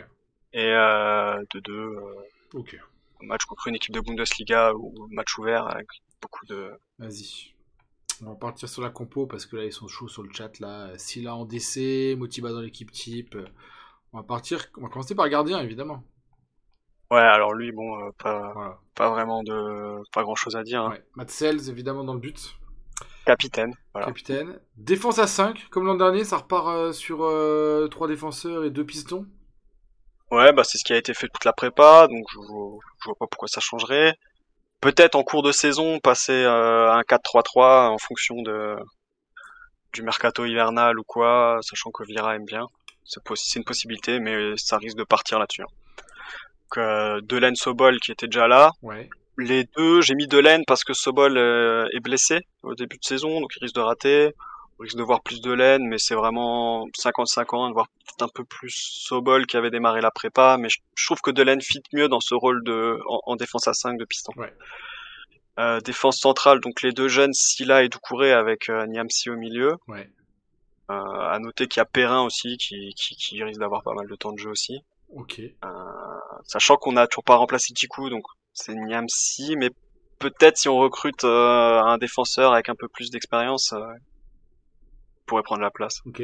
et euh, deux deux. Euh, Ok. match contre une équipe de Bundesliga ou match ouvert avec beaucoup de... Vas-y. On va partir sur la compo parce que là ils sont chauds sur le chat là. Silla en D C, Motiba dans l'équipe type. On va partir. On va commencer par le gardien évidemment. Ouais, alors lui, bon, euh, pas, Voilà. pas vraiment de... pas grand-chose à dire. Hein. Ouais. Matt Sells évidemment dans le but. Capitaine, voilà. Capitaine. Défense à cinq, comme l'an dernier, ça repart euh, sur euh, trois défenseurs et deux pistons. Ouais, bah c'est ce qui a été fait toute la prépa, donc je vois, je vois pas pourquoi ça changerait. Peut-être en cours de saison passer euh, à un quatre trois trois en fonction de du mercato hivernal ou quoi, sachant que Vira aime bien. C'est, possi- c'est une possibilité, mais ça risque de partir là-dessus. Hein. Donc euh, Delaine Sobol qui était déjà là. Ouais. Les deux, j'ai mis Delaine parce que Sobol euh, est blessé au début de saison, donc il risque de rater. On risque de voir plus Delaine, mais c'est vraiment cinquante cinquante, voire peut-être un peu plus Sobol qui avait démarré la prépa, mais je, je trouve que Delaine fit mieux dans ce rôle de en, en défense à cinq de piston. Ouais. Euh, défense centrale, donc les deux jeunes, Silla et Doucouré avec euh, Niamsi au milieu. Ouais. Euh, à noter qu'il y a Perrin aussi qui, qui, qui risque d'avoir pas mal de temps de jeu aussi. Ok. Euh, sachant qu'on n'a toujours pas remplacé Tiku, donc c'est Niamsi, mais peut-être si on recrute euh, un défenseur avec un peu plus d'expérience, euh, il pourrait prendre la place. Ok.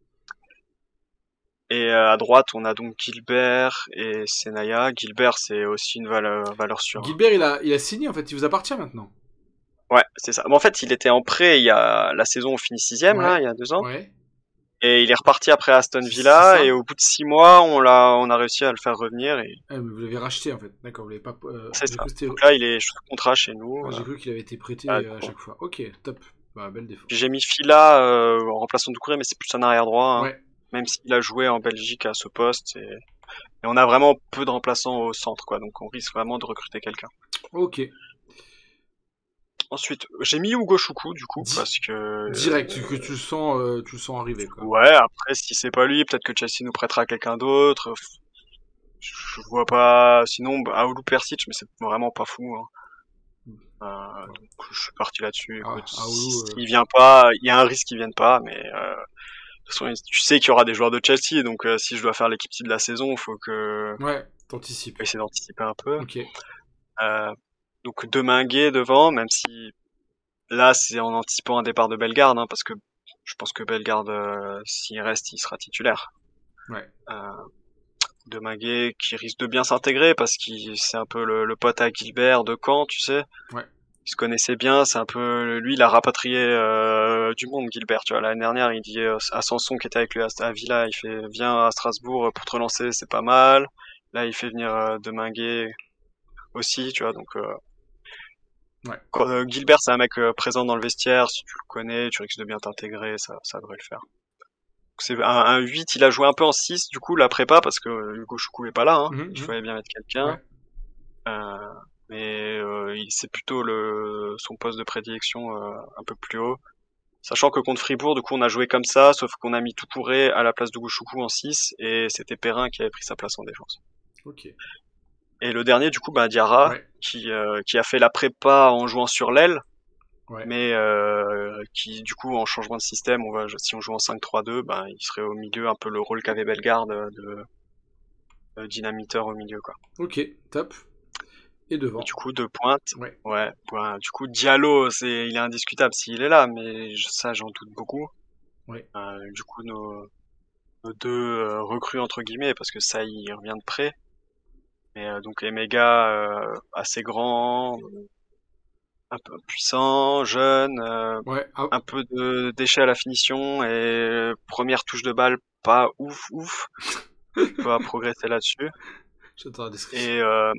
Et euh, à droite, on a donc Gilbert et Senaya. Gilbert, c'est aussi une valeur, valeur sûre. Gilbert, il a, il a signé en fait, il vous appartient maintenant. Ouais, c'est ça. Mais en fait, il était en prêt il y a la saison, on finit sixième Ouais. là, il y a deux ans. Ouais. Et il est reparti après Aston C'est- Villa, c'est ça. et au bout de six mois, on l'a, on a réussi à le faire revenir. Et Ah, mais vous l'avez racheté en fait. D'accord, vous l'avez pas. euh, c'est j'ai ça. cru que c'était- Donc là, il est sous contrat chez nous. Ah, j'ai euh, cru qu'il avait été prêté à euh, à chaque fois. Ok, top. Bah, belle défense. Puis j'ai mis Fila euh, en remplaçant Doucouré, mais c'est plus un arrière droit, hein, Ouais. même s'il a joué en Belgique à ce poste. Et... et on a vraiment peu de remplaçants au centre, quoi. Donc on risque vraiment de recruter quelqu'un. Ok. Ensuite, j'ai mis Hugo Choukou, du coup, Di- parce que... Direct, que tu le sens, euh, tu le sens arriver quoi. Ouais, après, si c'est pas lui, peut-être que Chelsea nous prêtera quelqu'un d'autre. Je vois pas... Sinon, bah, Aoulou Persic, mais c'est vraiment pas fou. Hein. Euh, donc je suis parti là-dessus. Ah, Écoute, Aoulou, euh, s'il vient pas, il y a un risque qu'il vienne pas, mais... Euh... De toute façon, tu sais qu'il y aura des joueurs de Chelsea, donc euh, si je dois faire l'équipe type de la saison, il faut que Ouais, t'anticipes. faut essayer d'anticiper un peu. Ok. Euh, donc Deminguet devant, même si là c'est en anticipant un départ de Bellegarde, hein, parce que je pense que Bellegarde, euh, s'il reste, il sera titulaire. Ouais. Euh, Deminguet qui risque de bien s'intégrer parce qu'il c'est un peu le, le pote à Gilbert de Caen, tu sais. Ouais. Ils se connaissaient bien, c'est un peu lui, il a rapatrié euh, du monde Gilbert, tu vois. L'année dernière, il dit euh, à Sanson qui était avec lui à, à Villa, il fait viens à Strasbourg pour te relancer, c'est pas mal. Là, il fait venir euh, Deminguet aussi, tu vois. Donc euh, Ouais. quand, euh, Gilbert, c'est un mec euh, présent dans le vestiaire, si tu le connais, tu risques de bien t'intégrer, ça, ça devrait le faire. Donc, c'est un, un huit, il a joué un peu en six, du coup, la prépa, parce que Hugo Choukou est pas là, hein. Mhm, Il mhm. fallait bien mettre quelqu'un. Ouais. Euh, mais euh, il- c'est plutôt le son poste de prédilection euh, un peu plus haut. Sachant que contre Fribourg, du coup, on a joué comme ça, sauf qu'on a mis Toucouré à la place de Gouchoukou en six, et c'était Perrin qui avait pris sa place en défense. Ok. Et le dernier, du coup, bah, Diarra, Ouais. qui, euh, qui a fait la prépa en jouant sur l'aile, Ouais. mais euh, qui, du coup, en changement de système, on va, si on joue en cinq trois deux, bah, il serait au milieu, un peu le rôle qu'avait Bellegarde de, de, de dynamiteur au milieu, quoi. Ok, top. Et devant. Et du coup, deux pointes. Ouais. Ouais, ouais. Du coup, Diallo, c'est, il est indiscutable s'il est là, mais je- ça, j'en doute beaucoup. Ouais. Euh, du coup, nos, nos deux euh, recrues entre guillemets, parce que ça, il revient de près. Mais euh, donc Emega, euh, assez grand, un peu puissant, jeune, euh, Ouais. Ah, un peu de déchets à la finition et euh, première touche de balle pas ouf ouf. Il faut progresser là-dessus. j'attends la description. Et euh,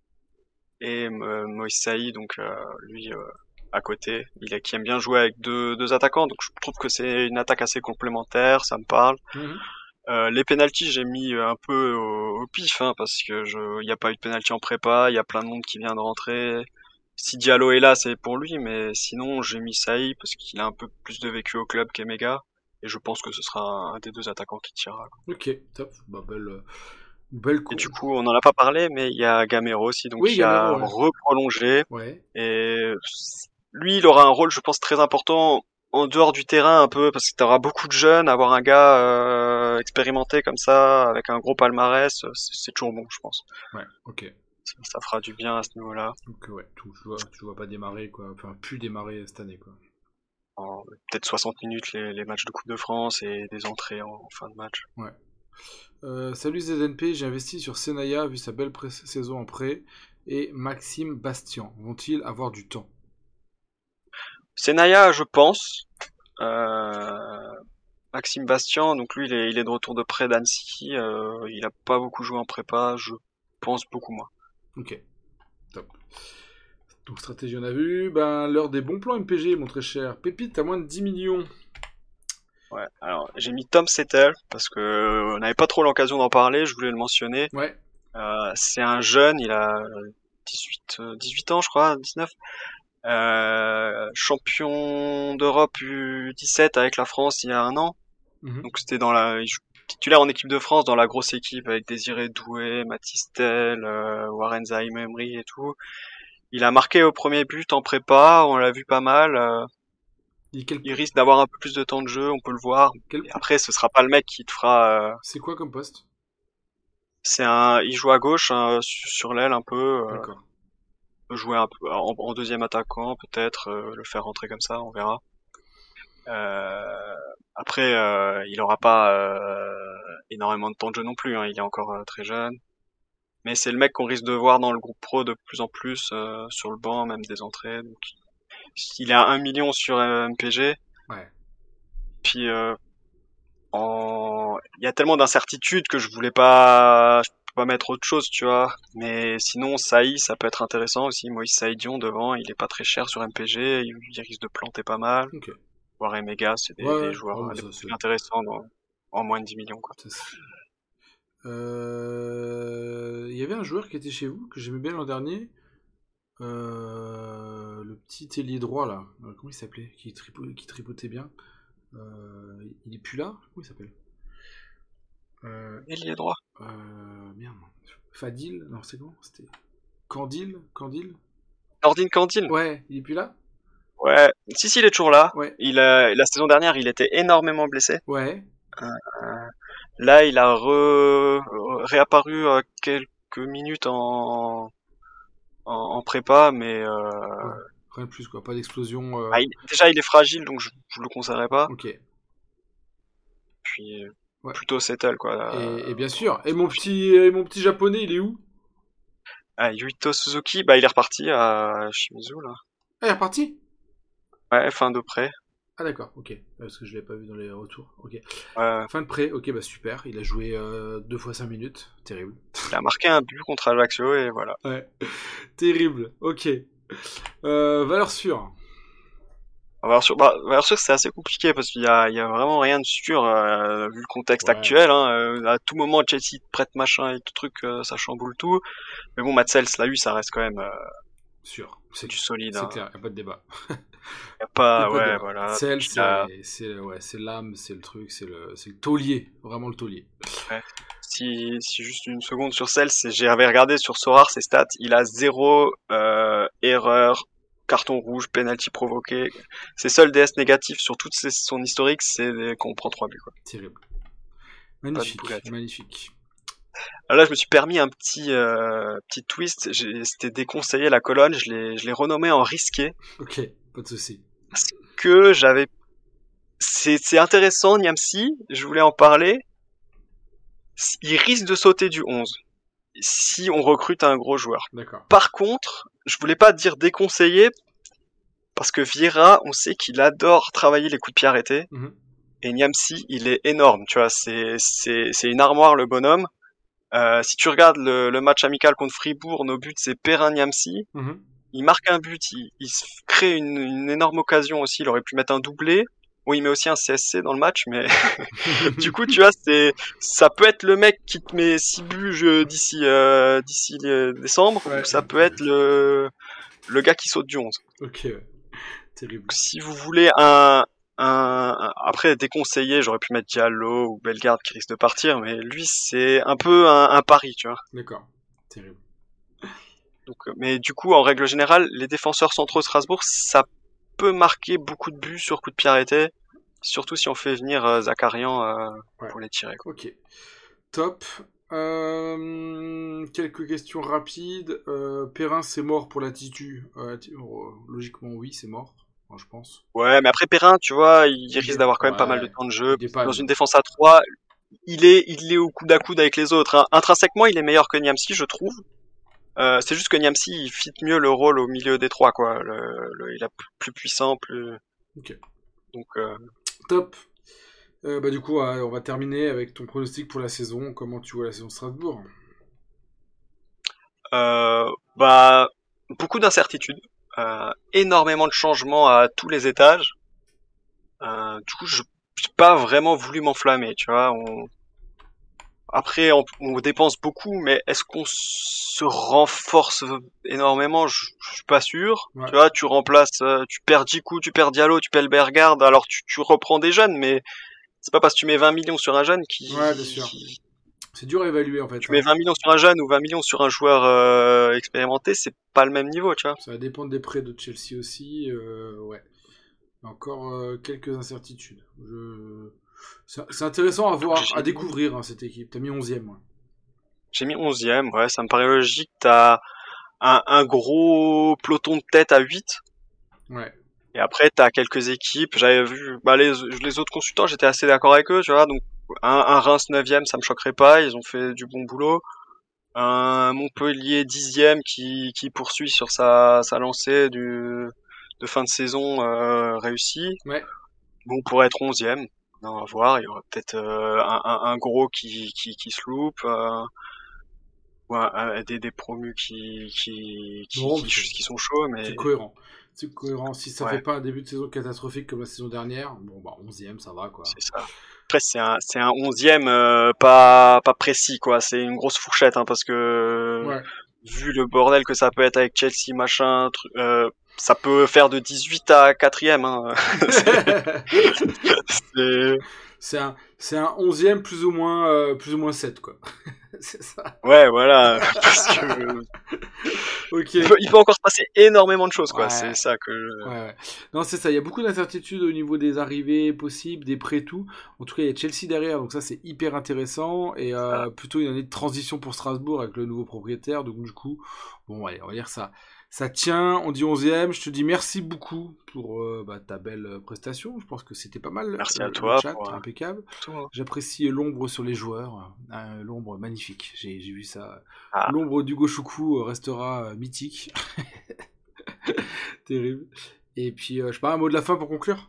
et euh, Moïse Saï, donc euh, lui euh, à côté, il a, qui aime bien jouer avec deux, deux attaquants, donc je trouve que c'est une attaque assez complémentaire, ça me parle. Mhm. Euh, les pénaltys, j'ai mis un peu au, au pif, hein, parce que je, il y a pas eu de pénalty en prépa, il y a plein de monde qui vient de rentrer. Si Diallo est là, c'est pour lui, mais sinon j'ai mis Saï parce qu'il a un peu plus de vécu au club qu'Emega, et je pense que ce sera un des deux attaquants qui tirera. Ok, top. Bah, belle, euh, belle Et co- du coup, on n'en a pas parlé, mais il y a Gamero aussi, donc Oui, qui a Gamero, ouais. reprolongé. Ouais. Et lui, il aura un rôle, je pense, très important en dehors du terrain un peu, parce que t'auras beaucoup de jeunes, avoir un gars euh, expérimenté comme ça, avec un gros palmarès, c'est, c'est toujours bon, je pense. Ouais, ok. Ça, ça fera du bien à ce niveau-là. Donc, ouais, tu, tu, vois, tu vois pas démarrer, quoi. Enfin, plus démarrer cette année, quoi. En, peut-être soixante minutes les, les matchs de Coupe de France et des entrées en, en fin de match. Ouais. Euh, salut Z N P, j'ai investi sur Senaya vu sa belle pré- saison en prêt et Maxime Bastian. Vont-ils avoir du temps? Senaya, je pense. Euh, Maxime Bastian, donc lui, il est, il est de retour de près d'Annecy. Euh, il a pas beaucoup joué en prépa, je pense beaucoup moins. Ok, top. Donc stratégie on a vu. Ben, l'heure des bons plans M P G, mon très cher. Pépite à moins de dix millions. Ouais, alors j'ai mis Tom Settle parce que euh, on n'avait pas trop l'occasion d'en parler, je voulais le mentionner. Ouais. Euh, c'est un jeune, il a dix-huit, euh, dix-huit ans je crois, dix-neuf. Euh, champion d'Europe U dix-sept avec la France il y a un an. Mhm. Donc c'était dans la il joue titulaire en équipe de France dans la grosse équipe avec Désiré Doué, Mathys Tel, euh, Warren Zaïre-Emery et tout. Il a marqué au premier but en prépa, on l'a vu pas mal. Euh, Il, quel... il risque d'avoir un peu plus de temps de jeu, on peut le voir. quel... Et après, ce sera pas le mec qui te fera. Euh, C'est quoi comme poste? c'est un, il joue à gauche hein, sur, sur l'aile un peu. Euh, D'accord. peut jouer un peu en, en deuxième attaquant, peut-être euh, le faire rentrer comme ça, on verra. Euh, après, euh, il aura pas euh, énormément de temps de jeu non plus. Hein, il est encore euh, très jeune. Mais c'est le mec qu'on risque de voir dans le groupe pro de plus en plus euh, sur le banc, même des entrées. Donc, il est à un million sur euh, M P G. Ouais. Puis euh, en... il y a tellement d'incertitudes que je voulais pas, je peux pas mettre autre chose, tu vois. Mais sinon, Saï, ça peut être intéressant aussi. Moïse Saïdion devant, il est pas très cher sur M P G, il, il risque de planter pas mal. Ok. Voire Emega, c'est des, Ouais, des ouais. joueurs Oh, des ça, plus c'est... intéressants dans, en moins de dix millions, quoi. ça, c'est- Euh, Il y avait un joueur qui était chez vous que j'aimais bien l'an dernier. Euh, Le petit ailier droit là. Euh, Comment il s'appelait? Qui, tripo- qui tripotait bien. Euh, Il est plus là? Comment il s'appelle? euh, Ailier droit. euh, Merde. Fadil? Non, c'est bon. C'était Candil? Candil? Nordin Candil. Ouais, il est plus là? Ouais. Si, si, il est toujours là. Ouais. Il a, la saison dernière, il était énormément blessé. Ouais. Euh, là, il a re, réapparu euh, quelques minutes en, en, en prépa, mais euh, Ouais. Rien de plus quoi. Pas d'explosion. euh, ah, il- déjà, il est fragile, donc je, je le conseillerais pas. Ok. Puis, Ouais. plutôt settle, quoi. Et, et bien sûr. Et mon petit, et mon petit japonais, il est où? Ah, Yuito Suzuki, bah, il est reparti à Shimizu, là. Ah, il est reparti? Ouais, fin de prêt. Ah d'accord, ok. Parce que je l'ai pas vu dans les retours. Ok. Ouais. Fin de prêt, ok, bah super. Il a joué euh, deux fois cinq minutes. Terrible. Il a marqué un but contre Ajaccio et voilà. Ouais. Terrible. Ok. Euh, valeur sûre. Valeur sûre, bah, valeur sûre, c'est assez compliqué parce qu'il y a, il y a vraiment rien de sûr euh, vu le contexte Ouais. actuel. Hein, euh, à tout moment, Chelsea te prête machin et tout truc, euh, ça chamboule tout. Mais bon, Matsels, l'a eu, ça reste quand même euh, Sûr. C'est du solide. c'est Hein. clair, y a pas de débat. Y a Y a pas, pas de ouais, débat. voilà. Celle, Puis là, c'est c'est ouais, c'est l'âme, c'est le truc, c'est le c'est le taulier, vraiment le taulier. ouais. Si, si juste une seconde sur Cels, j'avais regardé sur Sorar ses stats, il a zéro euh, erreur, carton rouge, penalty provoqué. Ses seuls D S négatifs sur toute ses- son historique, c'est des- qu'on prend trois buts. Quoi. Terrible. Pas de Magnifique, boulette. magnifique. Alors là, je me suis permis un petit euh, petit twist. J'ai- C'était déconseillé la colonne. Je l'ai je l'ai renommé en risqué Ok, pas de souci. parce que j'avais. C'est c'est intéressant, Niamsi. Je voulais en parler. Il risque de sauter du onze si on recrute un gros joueur. D'accord. Par contre, je voulais pas dire déconseillé parce que Vieira, on sait qu'il adore travailler les coups de pied arrêtés. Mhm. Et Niamsi, il est énorme. Tu vois, c'est c'est c'est une armoire le bonhomme. Euh, si tu regardes le, le match amical contre Fribourg, nos buts c'est Perrin Niamsi. Mhm. Il marque un but, il, il se crée une, une énorme occasion aussi. Il aurait pu mettre un doublé. Bon, il met aussi un C S C dans le match, mais du coup, tu vois, c'est ça peut être le mec qui te met six buts je- d'ici euh, d'ici euh, décembre, Ouais. ou ça peut être le le gars qui saute du onze. Ok, ouais. Terrible. Donc, si vous voulez un un, un- après déconseillé, j'aurais pu mettre Diallo ou Bellegarde qui risque de partir, mais lui c'est un peu un, un pari, tu vois. D'accord. Terrible. Donc, euh, mais du coup, en règle générale, les défenseurs centraux de Strasbourg, ça peut marquer beaucoup de buts sur coup de pied arrêté, surtout si on fait venir euh, Zakarian euh, Ouais. pour les tirer, quoi. Ok. Top. Euh, quelques questions rapides. Euh, Perrin, c'est mort pour l'attitude. Euh, logiquement, oui, c'est mort. Enfin, je pense. Ouais, mais après Perrin, tu vois, il, Il risque dé- d'avoir quand même ouais, pas mal de temps de jeu. il dépanne. Dans une défense à trois, il est, il est au coude à coude avec les autres, hein. Intrinsèquement, il est meilleur que Niamsi, je trouve. Euh, c'est juste que Niamsi, il fit mieux le rôle au milieu des trois, quoi. Le, le- il est plus puissant, plus. Ok. Donc. Euh... Top. Euh, bah du coup, euh, on va terminer avec ton pronostic pour la saison. Comment tu vois la saison de Strasbourg? Euh, bah, beaucoup d'incertitudes, euh, énormément de changements à tous les étages. Euh, du coup, je j'ai pas vraiment voulu m'enflammer, tu vois. On... Après, on, on dépense beaucoup, mais est-ce qu'on se renforce énormément? Je, je suis pas sûr. Ouais. Tu vois, tu remplaces, euh, tu perds Djikou, tu perds Diallo, tu perds Bellegarde, alors tu, tu reprends des jeunes, mais c'est pas parce que tu mets vingt millions sur un jeune qui... Ouais, bien sûr. C'est dur à évaluer en fait. Tu hein. mets vingt millions sur un jeune ou vingt millions sur un joueur euh, expérimenté, c'est pas le même niveau, tu vois. Ça va dépendre des prêts de Chelsea aussi. Euh, ouais. Encore euh, quelques incertitudes. Je... C'est, c'est intéressant à voir, J'ai à mis- découvrir hein, cette équipe. T'as mis onzième. Ouais. J'ai mis onzième, ouais, ça me paraît logique. T'as un, un gros peloton de tête à huit. Ouais. Et après, t'as quelques équipes. J'avais vu, bah, les, les autres consultants, j'étais assez d'accord avec eux, tu vois. Donc, un, un Reims neuvième, ça me choquerait pas. Ils ont fait du bon boulot. Un Montpellier dixième qui, qui poursuit sur sa, sa lancée du, de fin de saison euh, réussie. Ouais. Bon, pour être onzième, non, à voir. Il y aura peut-être euh, un, un, un gros qui, qui, qui se loupe. Euh, ou un- un- des, des promus qui, qui, qui, Non, qui, c'est- qui sont chauds, mais C'est cohérent. C'est cohérent. Si ça ouais. fait pas un début de saison catastrophique comme la saison dernière, bon bah onzième, ça va quoi. C'est ça. Après, c'est un, c'est un onzième euh, pas, pas précis, quoi. C'est une grosse fourchette, hein, parce que Ouais. vu le bordel que ça peut être avec Chelsea, machin, tru- euh, ça peut faire de dix-huit à quatrième. Hein. c'est... c'est un, c'est un onzième plus ou moins, euh, plus ou moins sept quoi. C'est ça. Ouais, voilà. Parce que Ok. il peut, il peut encore se passer énormément de choses, quoi. Ouais. C'est ça que. je- Ouais, ouais. Non, c'est ça. Il y a beaucoup d'incertitudes au niveau des arrivées possibles, des prêts, tout. En tout cas, il y a Chelsea derrière, donc ça, c'est hyper intéressant. Et euh, plutôt une année de transition pour Strasbourg avec le nouveau propriétaire. Donc, du coup, bon, allez, on va dire ça. Ça tient. On dit onzième. Je te dis merci beaucoup pour euh, bah, ta belle prestation. Je pense que c'était pas mal. Merci le, à toi le chat, pour, euh, impeccable. Tout, hein. J'apprécie l'ombre sur les joueurs. Euh, l'ombre magnifique. J'ai, j'ai vu ça. Ah. L'ombre d'Hugo Choukou restera euh, mythique. Terrible. Et puis, euh, je sais pas, un mot de la fin pour conclure.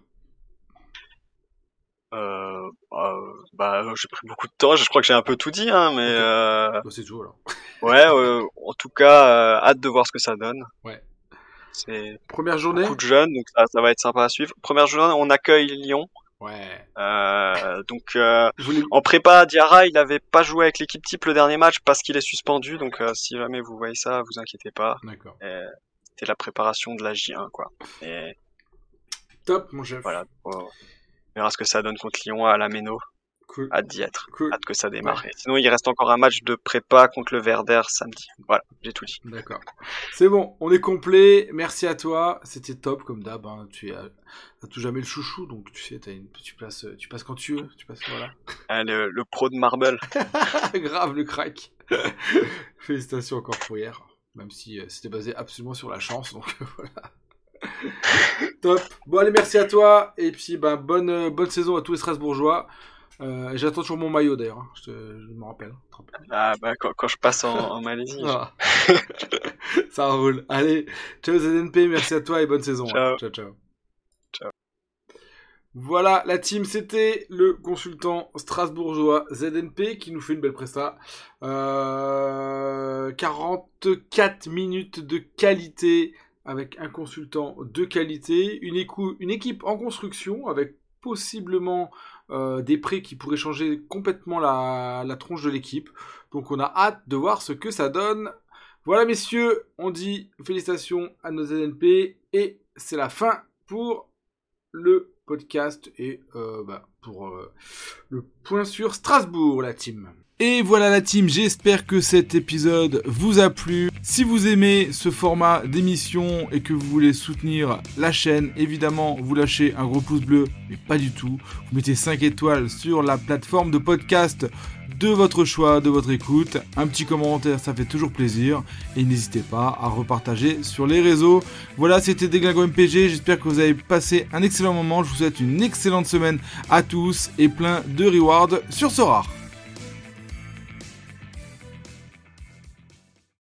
Euh, euh, bah, j'ai pris beaucoup de temps. Je crois que j'ai un peu tout dit, hein, mais Ok. euh, Bah, c'est tout alors. ouais. Euh, en tout cas, euh, hâte de voir ce que ça donne. Ouais. C'est Première journée. beaucoup de jeunes, donc ça, ça va être sympa à suivre. Première journée, on accueille Lyon. Ouais. Euh, donc euh, Je voulais... en prépa, Diarra, il avait pas joué avec l'équipe type le dernier match parce qu'il est suspendu. Donc euh, si jamais vous voyez ça, vous inquiétez pas. D'accord. Et c'était la préparation de la J un, quoi. Et Top, mon chef. voilà. On verra ce que ça donne contre Lyon à la Méno. Cool. Hâte d'y être. Cool. Hâte que ça démarre. Ouais. Et sinon, il reste encore un match de prépa contre le Werder samedi. Voilà, j'ai tout dit. D'accord. C'est bon, on est complet. Merci à toi. C'était top, comme d'hab. Hein. Tu es à, à tout jamais le chouchou, donc tu sais, t'as une, tu passes, tu passes quand tu veux. Tu passes, voilà. Ah, le, le pro de Marble. Grave, le crack. Félicitations encore pour hier. Même si euh, c'était basé absolument sur la chance, donc voilà. Top. Bon, allez, merci à toi. Et puis, ben, bonne, euh, bonne saison à tous les Strasbourgeois. Euh, j'attends toujours mon maillot d'ailleurs, hein. je, te, je me rappelle. Ah bah quand, quand je passe en, en Malaisie. Ah. Ça roule. Allez, ciao Z N P, merci à toi et bonne saison. Ciao. Hein. Ciao, ciao. Ciao. Voilà, la team, c'était le consultant strasbourgeois Z N P qui nous fait une belle presta. Euh, quarante-quatre minutes de qualité avec un consultant de qualité, une, écou- une équipe en construction avec possiblement euh, des prêts qui pourraient changer complètement la, la tronche de l'équipe. Donc on a hâte de voir ce que ça donne. Voilà messieurs, on dit félicitations à nos Z N P et c'est la fin pour le podcast et euh, bah, pour euh, le point sur Strasbourg, la team. Et voilà la team, j'espère que cet épisode vous a plu. Si vous aimez ce format d'émission et que vous voulez soutenir la chaîne, évidemment, vous lâchez un gros pouce bleu, mais pas du tout. Vous mettez cinq étoiles sur la plateforme de podcast de votre choix, de votre écoute. Un petit commentaire, ça fait toujours plaisir. Et n'hésitez pas à repartager sur les réseaux. Voilà, c'était Déglingo M P G. J'espère que vous avez passé un excellent moment. Je vous souhaite une excellente semaine à tous et plein de rewards sur Sorare.